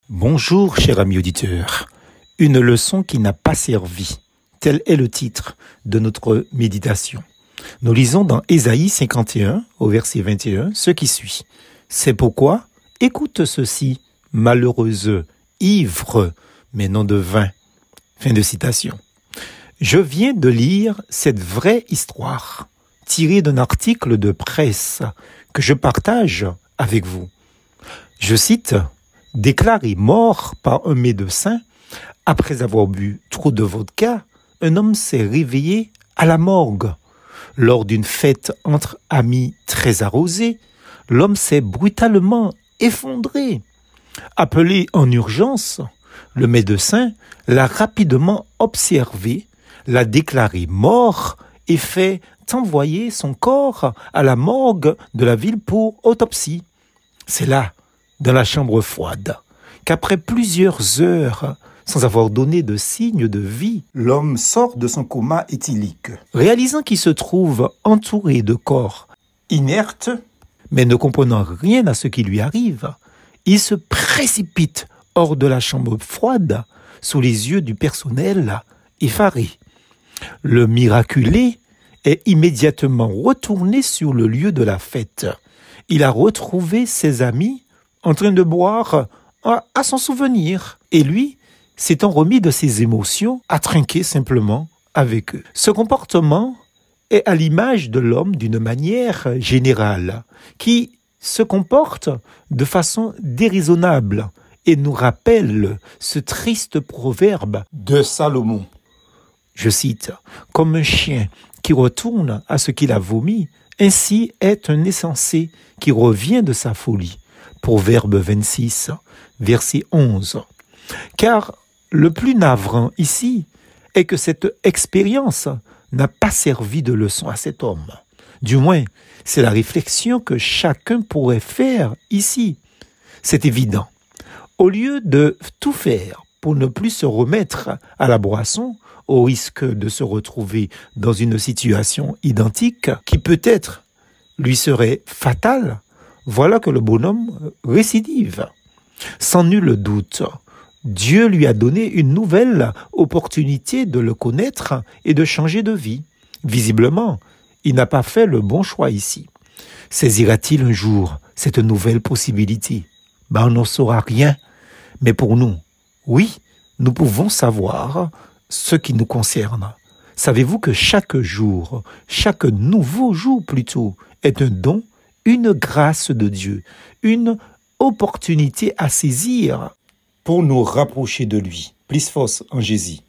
Bonjour, cher ami auditeur. Une leçon qui n'a pas servi. Tel est le titre de notre méditation. Nous lisons dans Ésaïe 51, au verset 21, ce qui suit. C'est pourquoi, écoute ceci, malheureuse, ivre, mais non de vin. Fin de citation. Je viens de lire cette vraie histoire, tirée d'un article de presse que je partage avec vous. Je cite « Déclaré mort par un médecin, après avoir bu trop de vodka, un homme s'est réveillé à la morgue. Lors d'une fête entre amis très arrosés, l'homme s'est brutalement effondré. Appelé en urgence, le médecin l'a rapidement observé, l'a déclaré mort et fait envoyer son corps à la morgue de la ville pour autopsie. C'est là, dans la chambre froide, qu'après plusieurs heures, sans avoir donné de signe de vie, l'homme sort de son coma éthylique. Réalisant qu'il se trouve entouré de corps inertes, mais ne comprenant rien à ce qui lui arrive, il se précipite hors de la chambre froide, sous les yeux du personnel effaré. Le miraculé est immédiatement retourné sur le lieu de la fête. Il a retrouvé ses amis en train de boire à son souvenir. Et lui, s'étant remis de ses émotions, a trinqué simplement avec eux. Ce comportement est à l'image de l'homme d'une manière générale, qui se comporte de façon déraisonnable et nous rappelle ce triste proverbe de Salomon. Je cite, « Comme un chien qui retourne à ce qu'il a vomi, ainsi est un insensé qui revient de sa folie. » Proverbe 26, verset 11. Car le plus navrant ici est que cette expérience n'a pas servi de leçon à cet homme. Du moins, c'est la réflexion que chacun pourrait faire ici. C'est évident. Au lieu de tout faire pour ne plus se remettre à la boisson, au risque de se retrouver dans une situation identique qui peut-être lui serait fatale, voilà que le bonhomme récidive. Sans nul doute, Dieu lui a donné une nouvelle opportunité de le connaître et de changer de vie. Visiblement, il n'a pas fait le bon choix ici. Saisira-t-il un jour cette nouvelle possibilité? On n'en saura rien. Mais pour nous, oui, nous pouvons savoir ce qui nous concerne. Savez-vous que chaque jour, chaque nouveau jour plutôt, est un don, une grâce de Dieu, une opportunité à saisir pour nous rapprocher de lui. Plus force en Jésus.